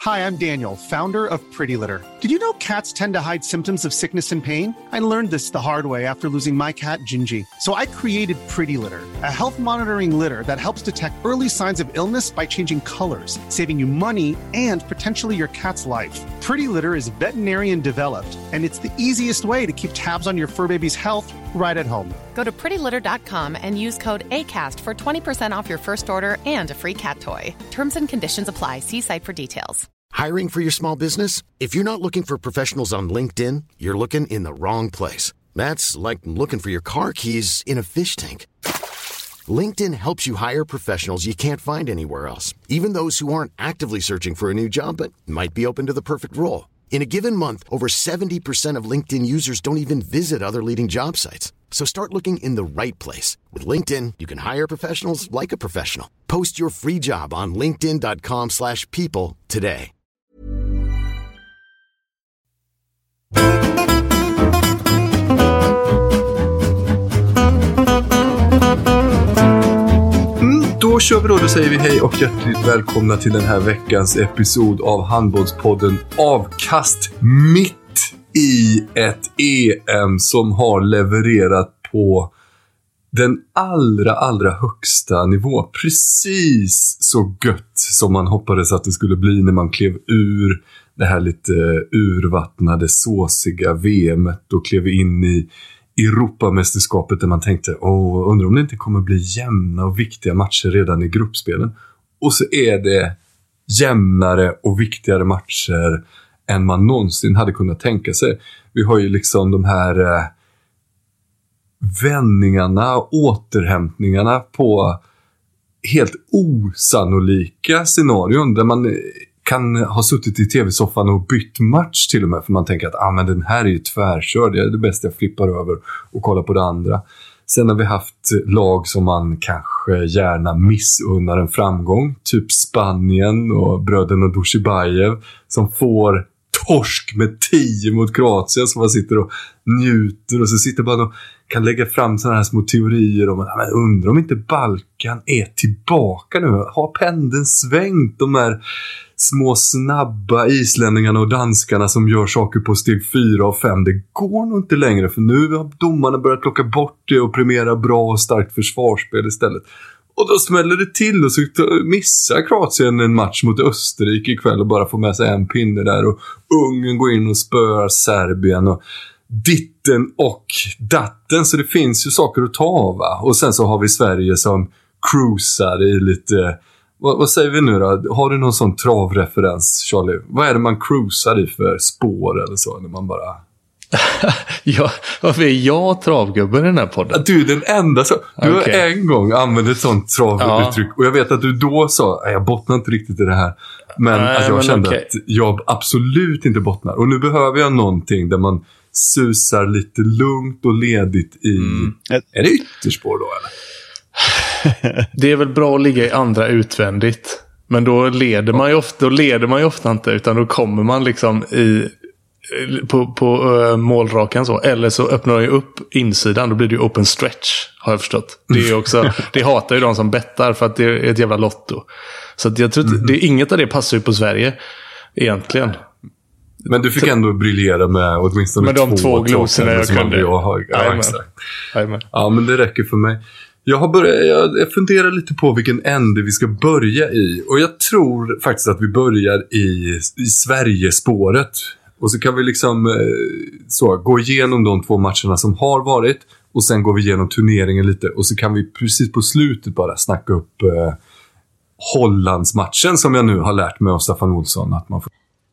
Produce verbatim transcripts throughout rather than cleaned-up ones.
Hi, I'm Daniel, founder of Pretty Litter. Did you know cats tend to hide symptoms of sickness and pain? I learned this the hard way after losing my cat, Gingy. So I created Pretty Litter, a health monitoring litter that helps detect early signs of illness by changing colors, saving you money and potentially your cat's life. Pretty Litter is veterinarian developed, and it's the easiest way to keep tabs on your fur baby's health right at home. Go to pretty litter dot com and use code ACAST for twenty percent off your first order and a free cat toy. Terms and conditions apply. See site for details. Hiring for your small business? If you're not looking for professionals on LinkedIn, you're looking in the wrong place. That's like looking for your car keys in a fish tank. LinkedIn helps you hire professionals you can't find anywhere else, even those who aren't actively searching for a new job but might be open to the perfect role. In a given month, over seventy percent of LinkedIn users don't even visit other leading job sites. So start looking in the right place. With LinkedIn, you can hire professionals like a professional. Post your free job on linkedin dot com slash people today. Då kör vi då, då säger vi hej och hjärtligt välkomna till den här veckans episod av Handbollspodden Avkast, mitt i ett E M som har levererat på den allra, allra högsta nivå. Precis så gött som man hoppades att det skulle bli när man klev ur det här lite urvattnade, såsiga V M:et och klev in i Europamästerskapet där man tänkte, åh, undrar om det inte kommer bli jämna och viktiga matcher redan i gruppspelen. Och så är det jämnare och viktigare matcher än man någonsin hade kunnat tänka sig. Vi har ju liksom de här eh, vändningarna, återhämtningarna på helt osannolika scenarion där man kan ha suttit i tv-soffan och bytt match till och med, för man tänker att ah, men den här är ju tvärkörd, det är det bästa jag flippar över och kollar på det andra. Sen har vi haft lag som man kanske gärna missunnar en framgång, typ Spanien och bröderna Dushibayev som får torsk med tio mot Kroatien, som man sitter och njuter och så sitter man och kan lägga fram sådana här små teorier om att undrar om inte Balkan är tillbaka nu. Har pendeln svängt? De här små snabba islänningarna och danskarna som gör saker på steg fyra och fem, det går nog inte längre, för nu har domarna börjat plocka bort det och premiera bra och starkt försvarsspel istället. Och då smäller det till och så missar Kroatien en match mot Österrike ikväll och bara får med sig en pinne där, och Ungern går in och spöar Serbien och ditten och datten, så det finns ju saker att ta av, va? Och sen så har vi Sverige som cruisar i lite, vad, vad säger vi nu då? Har du någon sån travreferens, Charlie? Vad är det man cruisar i för spår eller så, när man bara... Ja, varför är jag travgubben i den här podden? Du är den enda så. Du okay. har en gång använt ett sånt travuttryck, ja. Och jag vet att du då sa, jag bottnar inte riktigt i det här, men Nej, att jag men kände okay. att jag absolut inte bottnar. Och nu behöver jag någonting där man susar lite lugnt och ledigt i... Mm. Är det ytterspår då, eller? Det är väl bra att ligga i andra utvändigt. Men då leder man ju ofta, då leder man ju ofta inte, utan då kommer man liksom i... på, på uh, målrakan så, eller så öppnar de ju upp insidan, då blir det ju open stretch, har jag förstått. Det är också, det hatar ju de som bettar för att det är ett jävla lotto. Så att jag tror mm. att det, inget av det passar ju på Sverige egentligen. Men du fick så, ändå briljera med åtminstone med de två, två glosorna jag kunde. Jag har, ja, exakt. Ja, men det räcker för mig. Jag har börjat, jag, jag funderar lite på vilken ände vi ska börja i, och jag tror faktiskt att vi börjar i, i Sverigespåret. Och så kan vi liksom så, gå igenom de två matcherna som har varit, och sen går vi igenom turneringen lite, och så kan vi precis på slutet bara snacka upp eh, Hollandsmatchen som jag nu har lärt mig av Staffan Olsson att man får.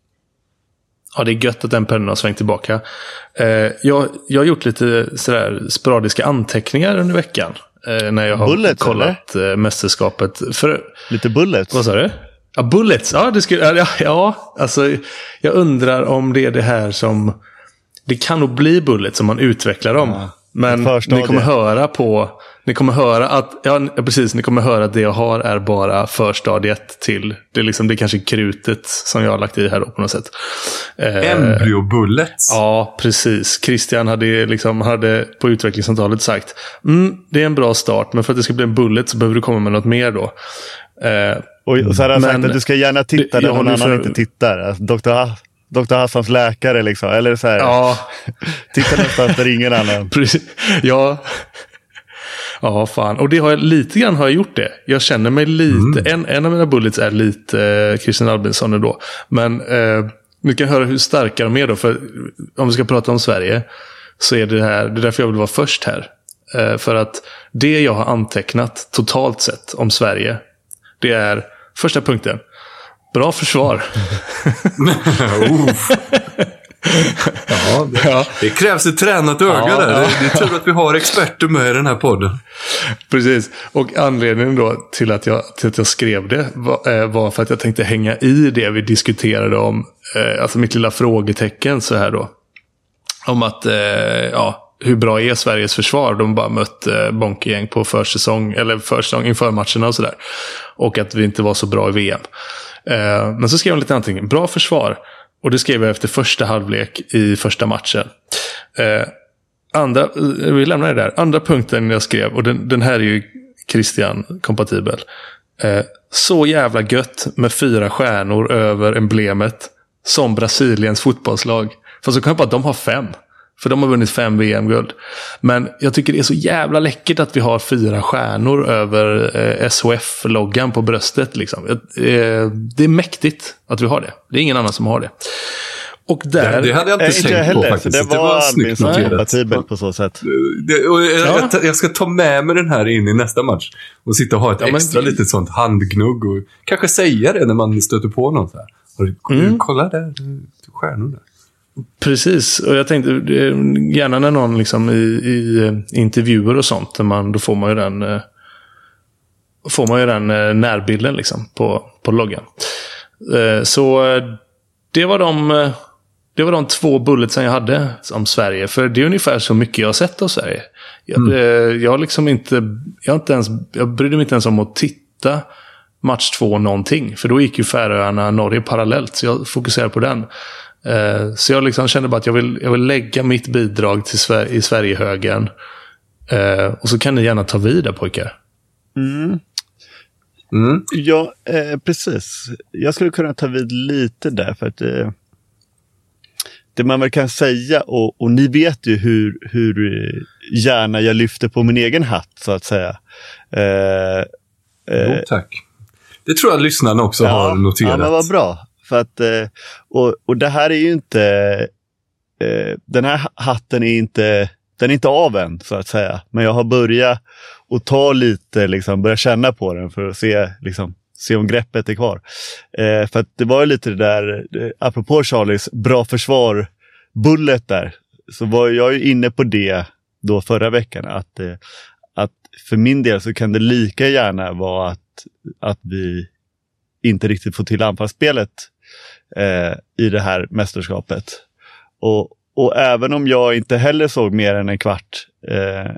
Ja, det är gött att den pennan har svängt tillbaka. Eh, jag, jag har gjort lite sådär sporadiska anteckningar under veckan eh, när jag har bullets, kollat eh, mästerskapet. För, lite bullets. Vad sa du? Ja, bullets. Ja, det skulle, ja, ja, alltså jag undrar om det är det här som det kan nog bli bullets om man utvecklar dem. Ja, men ni kommer höra på ni kommer höra att ja, precis, ni kommer höra att det jag har är bara förstadiet till det, liksom det är kanske krutet som jag har lagt i här då på något sätt. Eh, Embryo bullets. Ja, precis. Christian hade liksom hade på utvecklingssamtalet sagt, mm, det är en bra start, men för att det ska bli en bullet så behöver du komma med något mer då. Eh, Och, och så har han Men, sagt att du ska gärna titta när någon annan för... inte tittar. Alltså, doktor Ha- doktor Hassans läkare liksom. Eller så här. Ja. Titta någonstans där ingen annan. Precis. Ja. Ja, fan. Och det har jag lite grann har jag gjort det. Jag känner mig lite... Mm. En, en av mina bullets är lite eh, Christian Albinsson nu då. Men eh, ni kan höra hur starka de är då. För om vi ska prata om Sverige så är det här... Det är därför jag vill vara först här. Eh, för att det jag har antecknat totalt sett om Sverige, det är första punkten. Bra försvar. Ja, det, ja. det krävs ett tränat öga ja, där. Ja. Det, det är tur att vi har experter med i den här podden. Precis. Och anledningen då till att jag, till att jag skrev det var, var för att jag tänkte hänga i det vi diskuterade om. Alltså mitt lilla frågetecken så här då. Om att, ja, hur bra är Sveriges försvar? De bara mött bonkegäng på försäsong, eller försäsong inför matcherna och sådär. Och att vi inte var så bra i V M. Men så skrev jag lite antingen. Bra försvar. Och det skrev jag efter första halvlek i första matchen. Eh, andra, vi lämnar det där. Andra punkten jag skrev, och den, den här är ju Christian-kompatibel. Eh, så jävla gött med fyra stjärnor över emblemet som Brasiliens fotbollslag. För så kan jag bara att de har fem. För de har vunnit fem V M-guld. Men jag tycker det är så jävla läckert att vi har fyra stjärnor över eh, S H F-loggan på bröstet. Liksom. Eh, det är mäktigt att vi har det. Det är ingen annan som har det. Och där... Det, det hade jag inte tänkt på faktiskt. Det var, det var snyggt noterat på så sätt. Det, och jag, ja. jag, jag ska ta med mig den här in i nästa match. Och sitta och ha ett ja, extra men... litet sånt handgnugg. Och kanske säga det när man stöter på något så här. Och, mm. Kolla där, stjärnor där. Precis, och jag tänkte gärna när någon liksom i, i intervjuer och sånt, där man, då får man ju den får man ju den närbilden liksom på, på loggan. Så det var de det var de två bulletsen jag hade om Sverige, för det är ungefär så mycket jag har sett av Sverige. Jag, mm. jag har liksom inte jag har inte ens jag brydde mig inte ens om att titta match två någonting, för då gick ju Färöarna Norge parallellt, så jag fokuserar på den. Uh, så jag liksom kände bara att jag vill, jag vill lägga mitt bidrag till Sver- i Sverigehögen. Uh, och så kan ni gärna ta vid där, pojkar. Mm. Mm. Ja, eh, precis. Jag skulle kunna ta vid lite där, för att eh, det man väl kan säga, och, och ni vet ju hur, hur gärna jag lyfter på min egen hatt, så att säga. Eh, eh, jo, tack. Det tror jag lyssnarna också ja, har noterat. Ja, men vad bra. För att, och, och det här är ju inte, eh, den här hatten är inte, den är inte av än, så att säga. Men jag har börjat att ta lite, liksom, börja känna på den för att se, liksom, se om greppet är kvar. Eh, för att det var ju lite det där, eh, apropå Charlies bra försvar bullet där, så var jag ju inne på det då förra veckan, att, eh, att för min del så kan det lika gärna vara att, att vi inte riktigt får till anfallsspelet eh, i det här mästerskapet. Och, och även om jag inte heller såg mer än en kvart eh,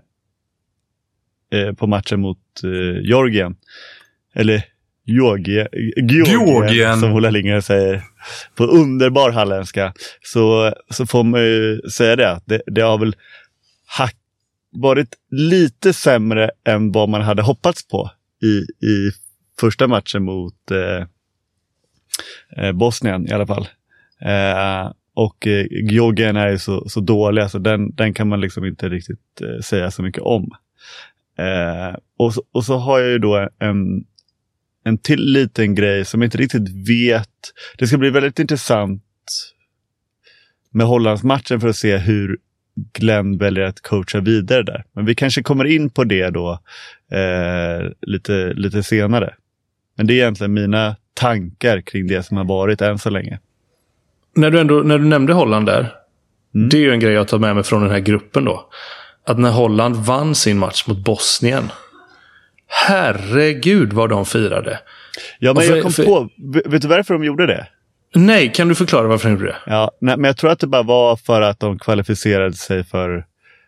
eh, på matchen mot eh, Georgien, eller Georgien, Georgien som Ola Lindgren säger på underbar halländska, så, så får man ju säga det. Det, det har väl hack, varit lite sämre än vad man hade hoppats på i, i första matchen mot eh, eh, Bosnien i alla fall. Eh, och eh, Georgien är ju så, så dåliga, så den, den kan man liksom inte riktigt eh, säga så mycket om. Eh, och, så, och så har jag ju då en, en till liten grej som jag inte riktigt vet. Det ska bli väldigt intressant med Hollandsmatchen för att se hur Glenn väljer att coacha vidare där. Men vi kanske kommer in på det då eh, lite, lite senare. Men det är egentligen mina tankar kring det som har varit än så länge. När du, ändå, när du nämnde Holland där, mm. det är ju en grej jag tar med mig från den här gruppen då. Att när Holland vann sin match mot Bosnien, herregud vad de firade. Ja, men för, jag kom för... på, vet du varför de gjorde det? Nej, kan du förklara varför de gjorde det? Ja, nej, men jag tror att det bara var för att de kvalificerade sig för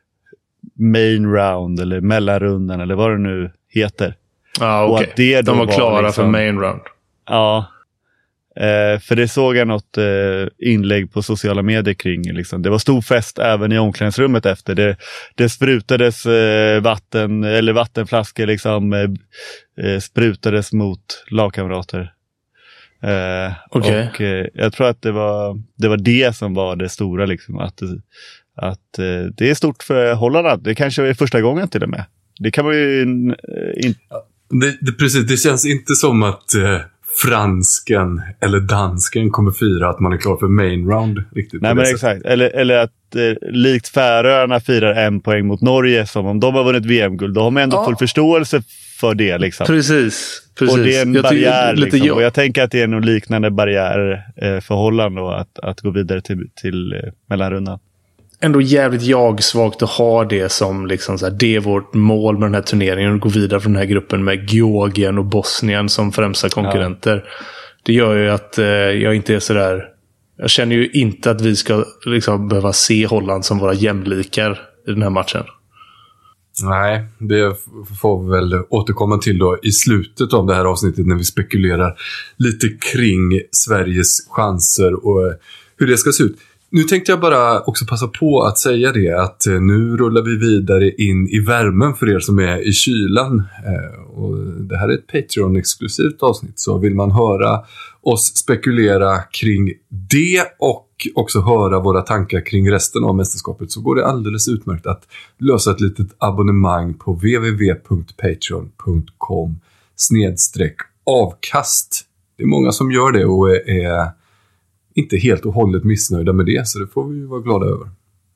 main round eller mellanrundan eller vad det nu heter. Ja, okej. Okay. De var klara var liksom, för main round. Ja. Eh, för det såg jag något eh, inlägg på sociala medier kring. Liksom. Det var stor fest även i omklädningsrummet efter. Det, det sprutades eh, vatten, eller vattenflaskor liksom, eh, sprutades mot lagkamrater. Eh, okay. Och eh, jag tror att det var det, var det som var det stora. Liksom, att att eh, det är stort för Holland. Det kanske är första gången till och med. Det kan man ju in, in... Det, det, precis, det känns inte som att eh, fransken eller dansken kommer fira att man är klar för main round. Riktigt. Nej, men exakt. Eller, eller att eh, likt Färöarna firar en poäng mot Norge som om de har vunnit V M-guld. Då har man ändå ja. full förståelse för det. Liksom. Precis, precis. Och det är en jag barriär. Lite liksom. jag... Och jag tänker att det är en liknande barriär eh, för Holland då, att, att gå vidare till, till eh, mellanrundan. Ändå jävligt jag-svagt att ha det som liksom så här, det är vårt mål med den här turneringen, att gå vidare från den här gruppen med Georgien och Bosnien som främsta konkurrenter. Ja. Det gör ju att eh, jag inte är så där. Jag känner ju inte att vi ska liksom behöva se Holland som våra jämlikar i den här matchen. Nej, det får vi väl återkomma till då i slutet av det här avsnittet när vi spekulerar lite kring Sveriges chanser och hur det ska se ut. Nu tänkte jag bara också passa på att säga det att nu rullar vi vidare in i värmen för er som är i kylan. Och det här är ett Patreon-exklusivt avsnitt, så vill man höra oss spekulera kring det och också höra våra tankar kring resten av mästerskapet, så går det alldeles utmärkt att lösa ett litet abonnemang på www.patreon.com snedstreck avkast. Det är många som gör det och är inte helt och hållet missnöjda med det, så det får vi vara glada över.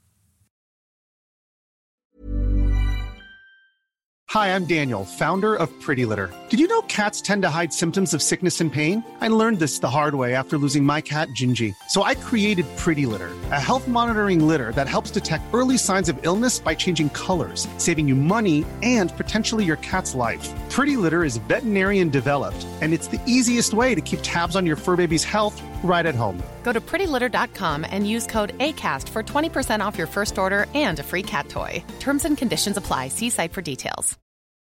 Hi, I'm Daniel, founder of Pretty Litter. Did you know cats tend to hide symptoms of sickness and pain? I learned this the hard way after losing my cat, Gingy. So I created Pretty Litter, a health monitoring litter that helps detect early signs of illness by changing colors, saving you money and potentially your cat's life. Pretty Litter is veterinarian developed, and it's the easiest way to keep tabs on your fur baby's health right at home. Go to pretty litter dot com and use code ACAST for twenty percent off your first order and a free cat toy. Terms and conditions apply. See site for details.